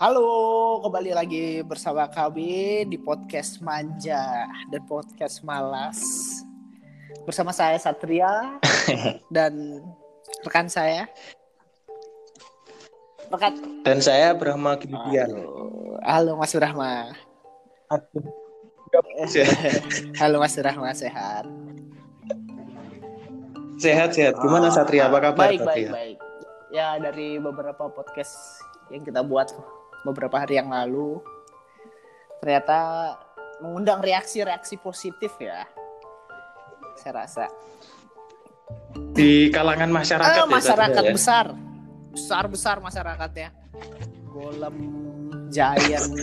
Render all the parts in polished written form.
Halo, kembali lagi bersama kami di podcast Manja dan podcast Malas. Bersama saya Satria dan rekan saya. Dan saya Brahma Gideon. Halo Mas Brahma. Halo Mas Brahma, sehat? Sehat. Gimana Satria? Apa kabar Satria? Baik. Ya, dari beberapa podcast yang kita buat beberapa hari yang lalu ternyata mengundang reaksi positif ya, saya rasa di kalangan masyarakat masyarakat besar masyarakatnya, golem, giant,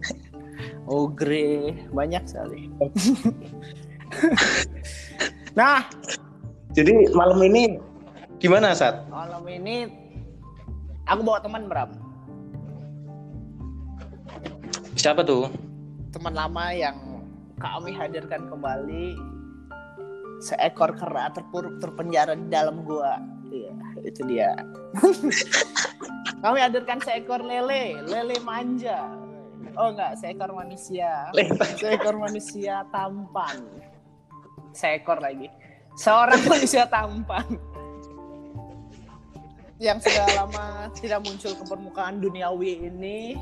ogre, banyak sekali. Nah, jadi malam ini gimana Sat? Malam ini aku bawa teman, Bram. Siapa tuh? Teman lama yang kami hadirkan kembali. Seekor kera terpuruk terpenjara di dalam gua. Iya, itu dia. Kami hadirkan seekor lele manja. Oh enggak, seekor manusia. Seekor manusia tampan. Seekor lagi. Seorang manusia tampan yang sudah lama tidak muncul ke permukaan duniawi ini.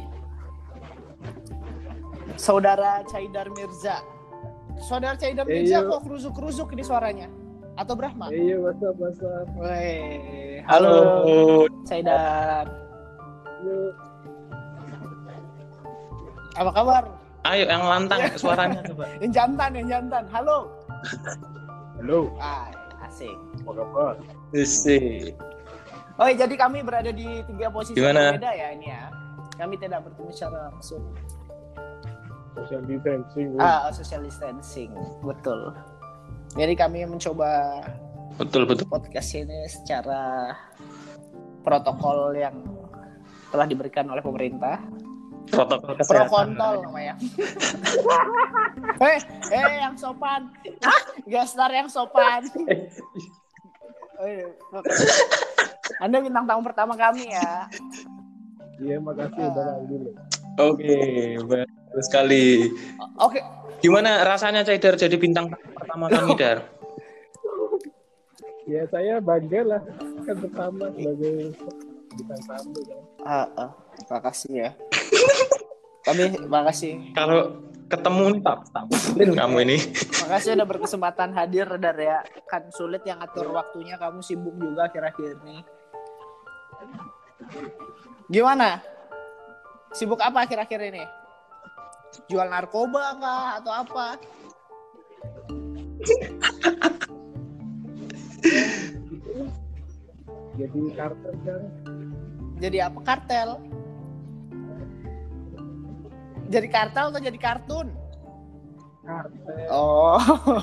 Saudara Caidar Mirza. Saudara Caidar Mirza kok kerusuk-kerusuk ini suaranya? Atau Brahma? Iya, WhatsApp. Wey, Halo Caidar. Yuk. Apa kabar? Ayo yang lantang suaranya coba. Yang jantan. Halo. Asik. Apa kabar? Isi. Oh, jadi kami berada di 3 posisi Gimana? berbeda ya ini ya. Kami tidak bertemu secara langsung. Social distancing. Social distancing, betul. Jadi kami mencoba Betul. podcast ini secara protokol yang telah diberikan oleh pemerintah. Protokol kesehatan. Prokontol namanya. Yang sopan. Gestar yang sopan. Anda bintang tamu pertama kami ya. Iya, makasih udah ngambil. Oke, bagus sekali. Oke. Gimana rasanya Caidar jadi bintang pertama kami, Dar? Ya, saya bangga lah. Kan pertama sebagai bintang tamu kan. Makasih ya. Makasih. Kalau ketemu nih tak pukulin kamu ini. Makasih udah berkesempatan hadir, Dar ya. Kan sulit yang ngatur waktunya, kamu sibuk juga akhir-akhir ini. Gimana? Sibuk apa akhir-akhir ini? Jual narkoba kah atau apa? Jadi kartel kan. Jadi apa, kartel? Jadi kartel atau jadi kartun? Kartel. Oh.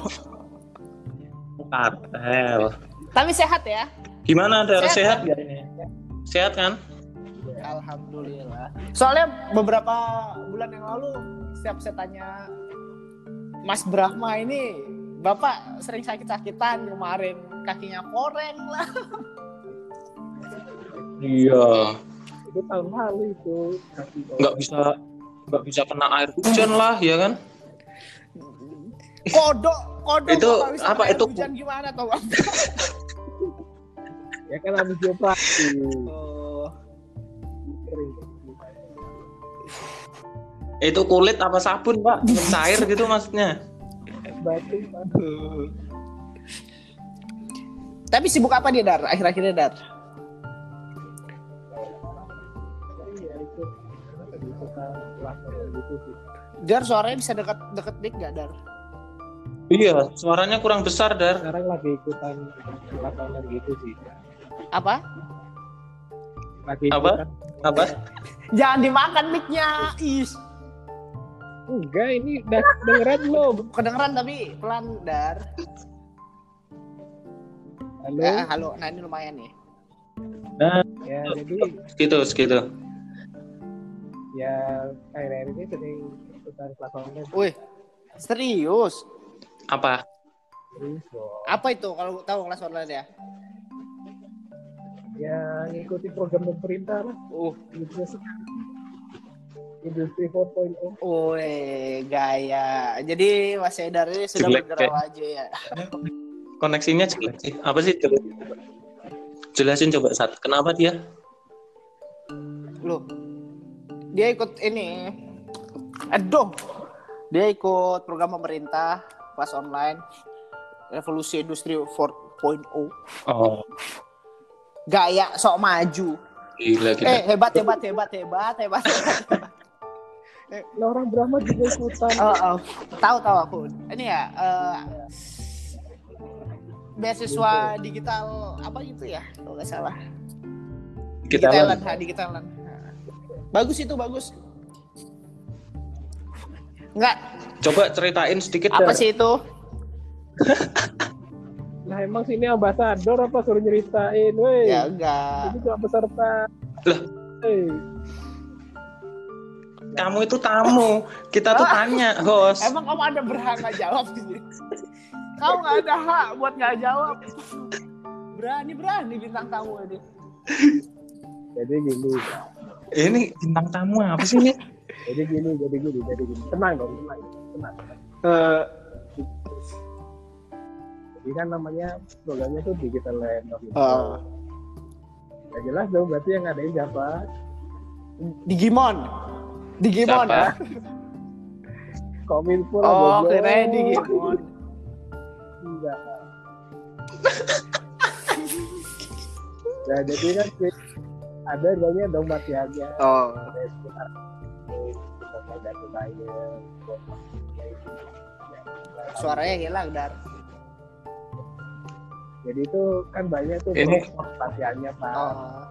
Kartel. Tapi sehat ya? Gimana Dar? Sehat kan? gak ini? Sehat kan? Alhamdulillah. Soalnya beberapa bulan yang lalu setiap saya tanya Mas Brahma ini, Bapak sering sakit-sakitan, kemarin kakinya koreng lah. Iya. Itu tahun lalu itu. Nggak bisa kena air hujan lah, ya kan? Kodok itu apa itu hujan gimana tau? Ya kan habis dioperasi. Itu kulit apa sabun Pak? Cair gitu maksudnya. Batu. Tapi sibuk apa dia, Dar? Akhir-akhirnya, Dar? Iya itu. Gitu sih. Dar, suaranya bisa deket dik gak, Dar? Iya, suaranya kurang besar, Dar. Sekarang lagi ikutan lapangan gitu sih. Apa? Apa? Jangan dimakan mic-nya. Enggak, ini udah dengeran belum? Kedengeran tapi pelan, Dar. Halo. Halo. Nah, ini lumayan nih. Nah, Ya, jadi segitu. ya akhir-akhir ini sering ikutan kelas online. Wih, serius? Apa? Serius dong. Apa itu kalau tahu kelas online ya? Ya ngikuti program pemerintah lah. Uh, Gitu sih. Industri 4.0. Woi, gaya. Jadi Mas Haidar ini sudah Jelek, bergerak aja ya. Koneksinya jelek sih. Apa sih? Jelasin coba Sat. Kenapa dia? Loh, dia ikut ini. Aduh. Dia ikut program pemerintah kelas online Revolusi Industri 4.0. Oh, Gaya sok maju. gila. Hebat. Nah, orang Brahma juga ikutan. Tahu aku. Ini ya beasiswa digital apa gitu ya kalau nggak salah. Digitalan. Bagus itu, bagus. Enggak. Coba ceritain sedikit. Apa sih itu? Nah, emang sini ambasador apa suruh nyeritain, weh. Ya enggak. Ini cuma peserta. Lah, kamu itu tamu. Kita tuh tanya, host. Emang kamu ada berhak nggak jawab di sini? Kamu nggak ada hak buat nggak jawab. Berani bintang tamu ini. Jadi gini. Ini bintang tamu apa sih ini? Jadi gini. Tenang dong. Jadi kan namanya programnya tuh Digital Land. Ya jelas dong, berarti yang ngadain siapa? Digimon Siapa? ya. Kominfo lah. Oh, goblok. keren Digimon. Enggak. Nah, jadi kan ada namanya dong matiannya. Oh. Ada sekitar ada tuh Suaranya hilang Dar. Jadi itu kan banyak tuh Ini latihannya Pak. Oh.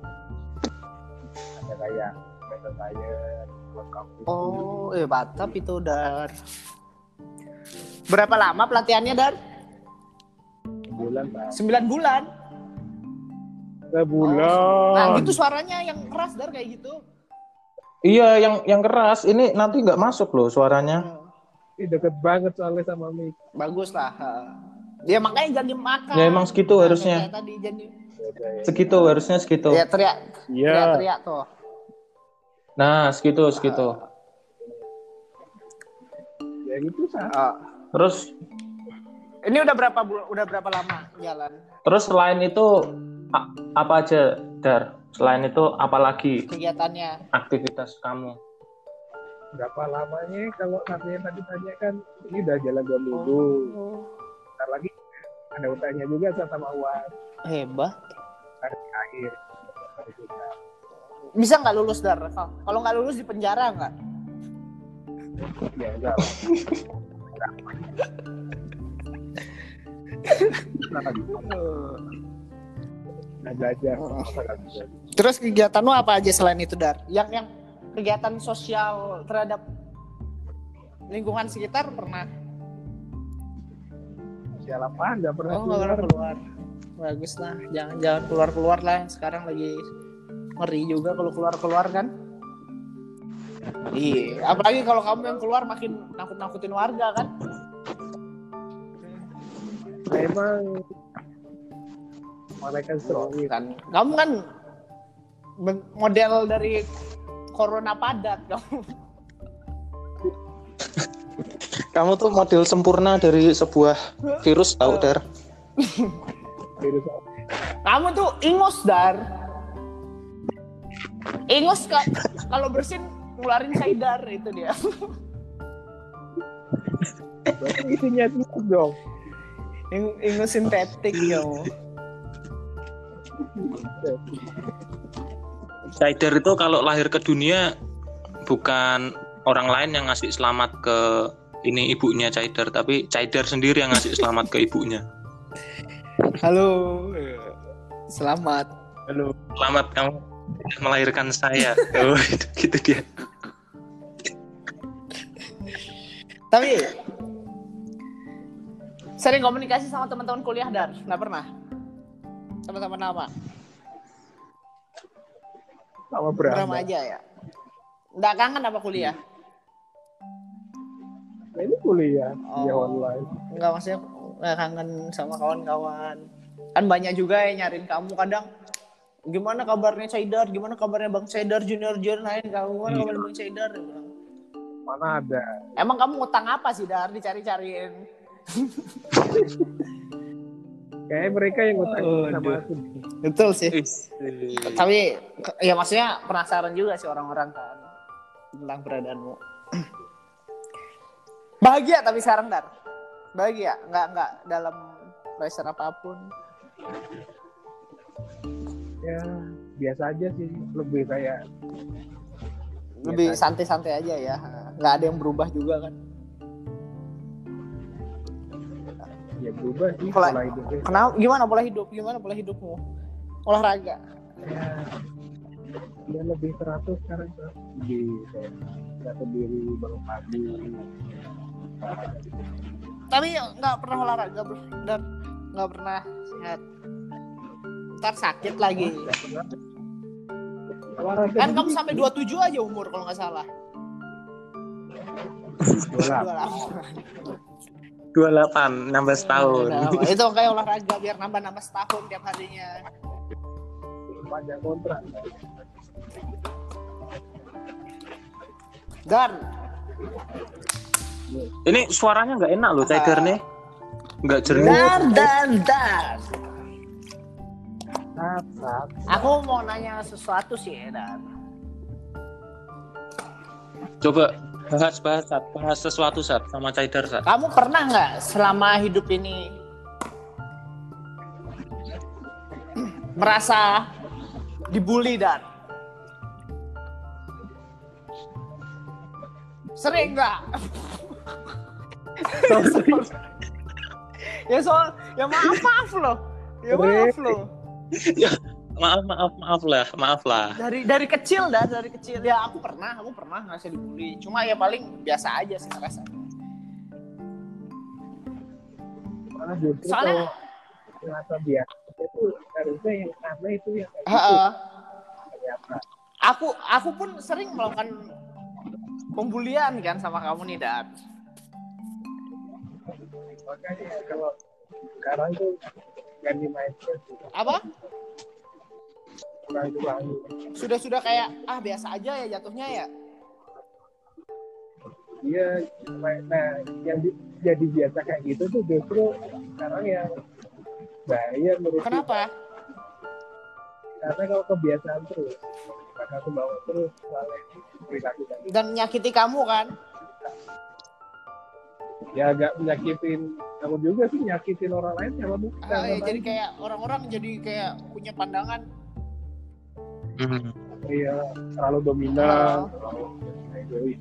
Ada kayak data science, computing. Oh, mantap itu Dar. Berapa lama pelatihannya Dar? Bulan Pak. 9 bulan. Sebulan. Nah, gitu suaranya yang keras Dar kayak gitu. iya, yang keras. Ini nanti nggak masuk loh suaranya. Ih, deket banget soalnya sama mic. Bagus lah. Ya makanya jangan dimakan. Ya emang segitu harusnya. Kayak tadi jadi. Segitu harusnya segitu. Ya teriak. Iya. Teriak tuh. Nah, segitu. Ya gitu Sa. Terus Ini udah berapa lama jalan? Terus selain itu apa aja, Dar? Selain itu apa lagi Kegiatannya? aktivitas kamu? Berapa lamanya kalau katanya tadi tanya kan ini udah jalan 2 minggu. Ntar lagi ada utangnya juga sama UAS. Hebat. Hari akhir. Bisa nggak lulus Dar? Kalau nggak lulus di penjara nggak? Ya enggak. Nah, belajar. Terus kegiatan lu apa aja selain itu Dar? Yang kegiatan sosial terhadap lingkungan sekitar pernah? Sosial apaan? Nggak pernah Oh, nggak pernah keluar. Bagus lah, jangan keluar lah. Sekarang lagi ngeri juga kalau keluar kan. Iya, apalagi kalau kamu yang keluar makin nakut-nakutin warga kan. Memang mereka seru Kan kamu kan model dari corona padat kamu. Kamu tuh model sempurna dari sebuah virus, tahu, Dar? virus. Kamu tuh ingus Dar. Ingus kalau bersin ngeluarin Haidar itu dia. Berarti isinya itu dong. Ingus sintetik kamu. Cider itu kalau lahir ke dunia bukan orang lain yang ngasih selamat ke ini ibunya Cider, tapi Cider sendiri yang ngasih selamat ke ibunya. Halo. Selamat. Halo. Selamat, kamu melahirkan saya. Oh, gitu dia. Tapi sering komunikasi sama teman-teman kuliah Dar? Nggak pernah? Teman-teman apa? Sama Berapa aja ya? Nggak kangen apa kuliah? Nah, ini kuliah dia online. Nggak, maksudnya nggak kangen sama kawan-kawan. Kan banyak juga yang nyariin kamu kadang. Gimana kabarnya Caidar? Gimana kabarnya Bang Caidar junior lain? Gimana kabarnya Bang Caidar? Mana ada. Emang kamu ngutang apa sih Dar dicari-cariin? Kayak mereka yang ngutang sama aku. Betul sih. Tapi ya maksudnya penasaran juga sih orang-orang kan tentang keberadaanmu. Bahagia tapi sekarang Dar. Bahagia, enggak dalam pressure apapun. Ya biasa aja sih, lebih kayak lebih santai-santai aja ya, nggak ada yang berubah juga kan. Ya berubah sih pola hidupnya. Kenapa? Gimana pola hidupmu? Olahraga? Ya lebih teratur sekarang, lebih kayak teratur diri, bangun pagi. Tapi nggak pernah olahraga bro, dan nggak pernah sehat. Ntar sakit lagi. Kan kamu sampai 27 aja umur kalau nggak salah. 28 nambah setahun. Itu kayak olahraga biar nambah setahun tiap harinya. Panjang kontrak. Dan ini suaranya nggak enak loh, Tiger nih. Nggak jernih. Dan. Saat. Aku mau nanya sesuatu sih, Dan. Coba bahas sesuatu Sat sama Caidar Sat. Kamu pernah nggak selama hidup ini merasa dibully Dan? Sering nggak? Ya maaf loh. Ya maaf loh. Ya, maaf lah. Dari kecil ya aku pernah ngerasa dibully. Cuma ya paling biasa aja sih rasanya. Malah justru Soalnya kalau ngerasa biasa itu harusnya yang aneh itu yang ternyata. Aku pun sering melakukan pembulian kan sama kamu nih Dan. Makanya kalau sekarang tuh ganti mindset. Apa? Kurang-kurangi. Sudah kayak biasa aja ya jatuhnya ya. Iya, nah yang jadi biasa kayak gitu tuh justru sekarang yang bahaya menurut. Kenapa? Karena kalau kebiasaan terus, maka aku bawa terus soalnya perilaku dan menyakiti kamu kan? Ya agak menyakitin kamu juga sih, nyakitin orang lain sama bukan. Ya, jadi kayak orang-orang jadi kayak punya pandangan. Iya, terlalu dominan, terlalu egois.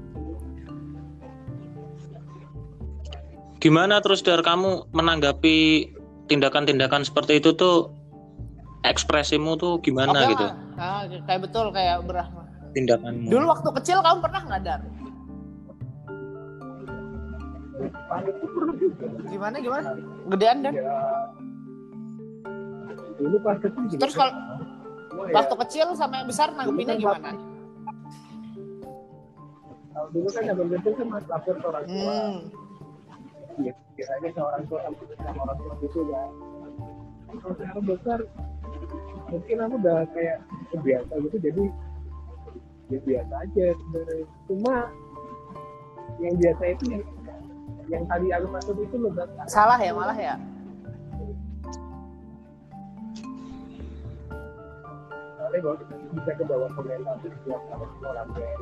Gimana terus Dar kamu menanggapi tindakan-tindakan seperti itu tuh, ekspresimu tuh gimana gitu? Kayak betul kayak Brahma. Tindakanmu. Dulu waktu kecil kamu pernah nggak Dar? Gimana? Gedean Dan? Ya, dulu pas kecil. Terus kalau waktu kecil sama yang besar nanggepinnya gimana? Kalau dulu kan yang kecil kan mas lapor ke orang tua. Biasanya seorang tua sama orang tua itu ya. Kalau sekarang besar, mungkin aku udah kayak kebiasa gitu, jadi ya biasa aja sebenarnya. Cuma yang biasa itu yang tadi aku maksud itu loh, salah ya malah ya. Soalnya kalau kita bisa ke bawah komentar setiap orang lain.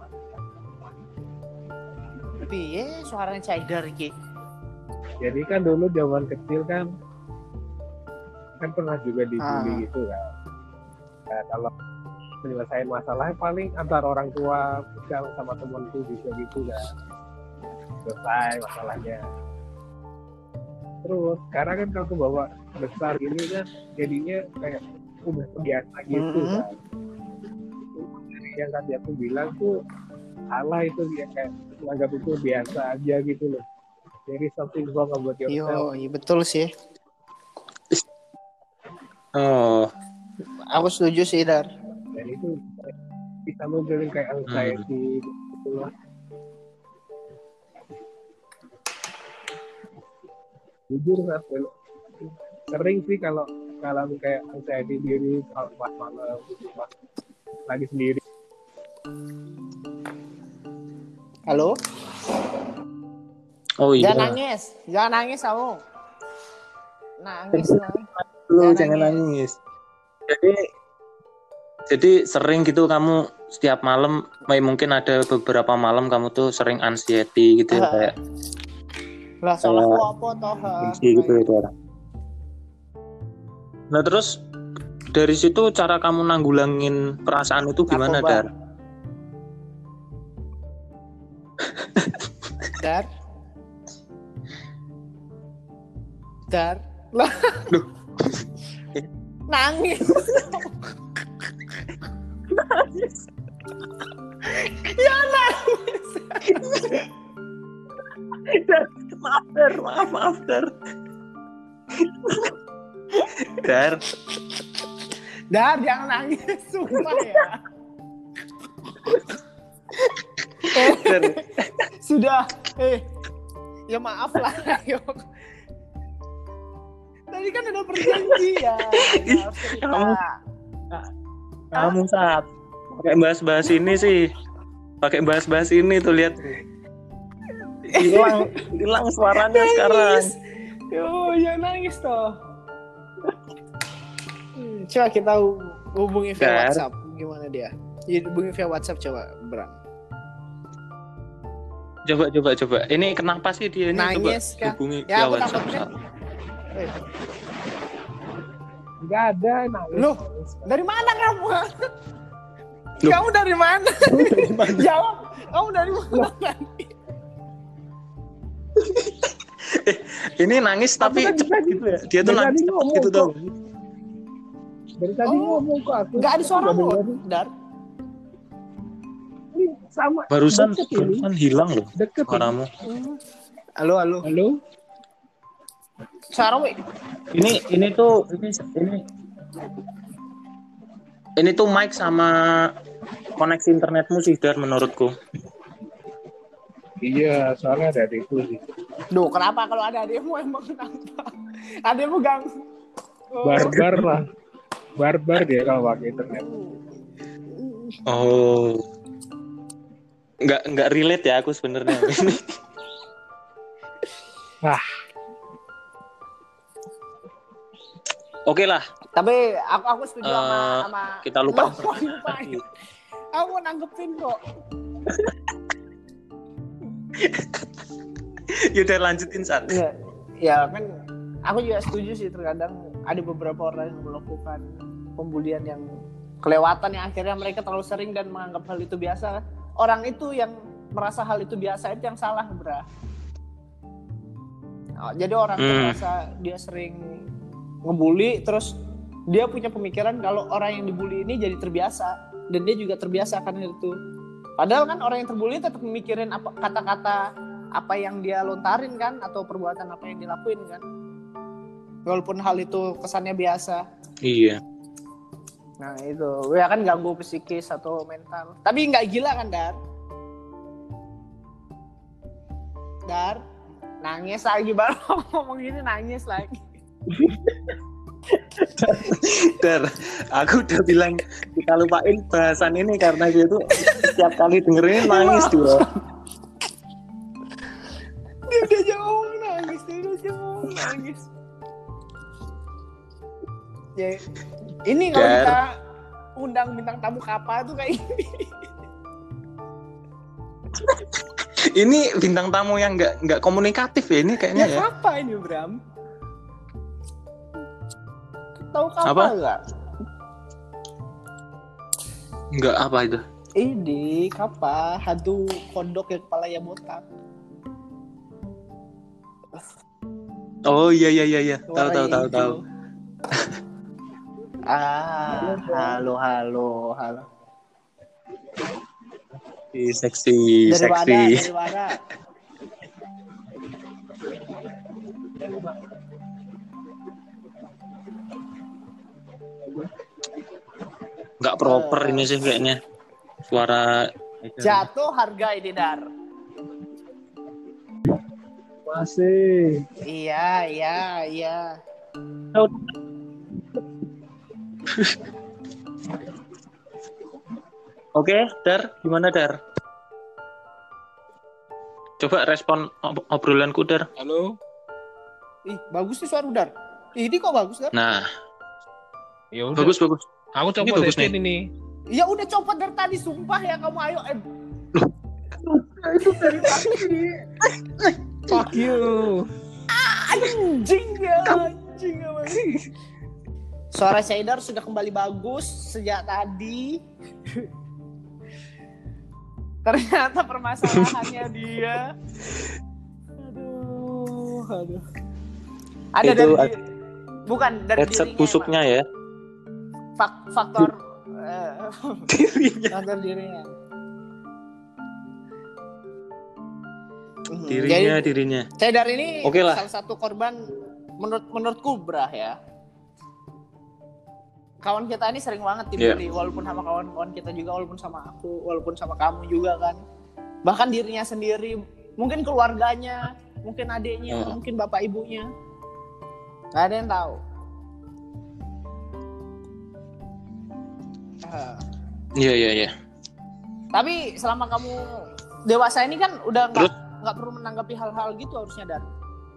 Piye suaranya Caidar iki? Jadi kan dulu zaman kecil kan pernah juga dibully gitu kan. Nah, kalau menyelesaikan masalahnya paling antar orang tua sama temanku bisa gitu kan. Selesai masalahnya. Terus sekarang kan kalau ke bawah besar ini kan jadinya kayak udah kebiasa gitu kan. Yang tadi aku bilang tuh salah itu dia kayak menganggap itu biasa aja gitu loh. Jadi something wrong about yourself. Iya betul sih. Oh, aku setuju sih Dar. Dan itu bisa munculin kayak anxiety gitu loh. Jujur mas, sering sih kalau ngalamin kayak anxiety diri kalau pas malam gitu, pas lagi sendiri. Halo? Oh iya. Jangan nangis kamu. Nangis lah. Lu jangan nangis. Jadi sering gitu kamu setiap malam, mungkin ada beberapa malam kamu tuh sering anxiety gitu ya, kayak lah salah apa toh? gitu itu orang. Nah terus dari situ cara kamu nanggulangin perasaan itu gimana, Dar? Dar lah nangis ya nangis maaf Dar jangan nangis sumpah ya. Sudah ya maaf lah ayo. Tadi kan udah berjanji ya. Kamu saat pakai bahas-bahas ini sih. Pakai bahas-bahas ini tuh lihat. Hilang suaranya nangis sekarang. Yo, jangan nangis toh. Coba kita hubungi via WhatsApp. Gimana dia? Hubungi via WhatsApp coba, Bram. Coba. Ini kenapa sih dia ini nangis, coba kan? hubungi ya, via WhatsApp? Enggak ada nangis. Loh, dari mana kamu? Kamu dari mana? Jawab. Kamu dari mana? Ini nangis tapi cepat gitu ya. Dia tuh nangis cepat gitu tuh. Dari tadi ngomong ke aku. Enggak ada suaramu, Dar. Ini sama. Barusan hilang loh deket suaramu. Halo. Suaramu. Ini tuh mic sama koneksi internetmu sih, Dar, menurutku. Iya, soalnya ada adikku sih. Duh, kenapa kalau ada adikmu emang kenapa? Adikmu ganggu. Barbar lah. Barbar dia kalau pakai internet. Oh. Enggak relate ya aku sebenarnya. Oke lah. Tapi aku setuju sama kita lupa. Aku mau nanggepin kok. Yaudah lanjutin Sat. Ya kan aku juga setuju sih, terkadang ada beberapa orang yang melakukan pembulian yang kelewatan yang akhirnya mereka terlalu sering dan menganggap hal itu biasa. Orang itu yang merasa hal itu biasa itu yang salah, Bra. Jadi orang yang merasa dia sering ngebully, terus dia punya pemikiran kalau orang yang dibully ini jadi terbiasa dan dia juga terbiasa akan itu. Padahal kan orang yang terbully tetap memikirin apa kata-kata apa yang dia lontarin kan, atau perbuatan apa yang dilakuin kan, walaupun hal itu kesannya biasa. Iya. Nah itu ya kan ganggu psikis atau mental, tapi nggak gila kan, Dar nangis lagi, baru ngomong gini nangis lagi. Dar, aku udah bilang kita lupain bahasan ini karena dia tuh setiap kali dengerin nangis dia. Dia udah jauh nangis. Ya, ini kalau kita undang bintang tamu Kapa tuh kayak ini. Ini bintang tamu yang nggak komunikatif ya ini kayaknya ya. Kapa ini, Bram? Tahu Kapa apa? Enggak apa itu? Ini Kapa, hantu kodok yang kepalanya botak. Oh iya. Tahu. Halo. Seksi. Dari mana? Nggak proper ini sih kayaknya suara. Jatuh harga ini, Dar. Masih. Iya. Oke, Dar, gimana Dar? Coba respon obrolanku Dar. Halo. Ih, bagus nih suara Dar. Ih, ini kok bagus Dar? Nah, Ya udah. bagus. Aku Ini coba bagus testin ini. Ya udah copot dari tadi, sumpah ya kamu ayo. Itu dari tadi. Fuck you. Anjing ya. Suara Shader sudah kembali bagus sejak tadi. Ternyata permasalahannya dia. Aduh. Ada itu dari bukan dari headset dirinya. busuknya ya. Faktor Dirinya. faktor dirinya. Dirinya. Shader ini Oke lah. salah satu korban menurutku Brah ya. Kawan kita ini sering banget dibully, walaupun sama kawan-kawan kita juga, walaupun sama aku, walaupun sama kamu juga kan. Bahkan dirinya sendiri, mungkin keluarganya, mungkin adiknya, mungkin bapak ibunya. Gak ada yang tahu. Iya. Tapi selama kamu dewasa ini kan udah nggak perlu menanggapi hal-hal gitu harusnya Dar.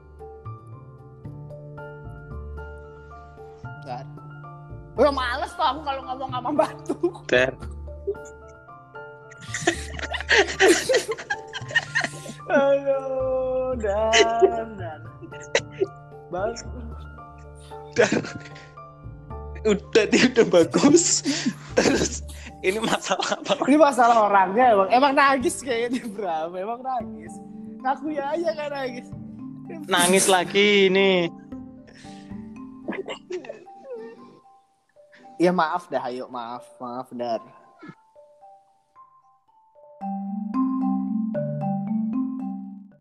Dar. Udah males tuh aku kalau ngomong sama batu. Dar. Aduh, Dan. Bagus. Udah bagus. Terus ini masalah apa? Ini masalah orangnya emang nagis kayaknya Bram, emang nagis. Ngaku ya aja kan nagis. Nangis lagi ini. Ya maaf dah, ayo maaf Dar.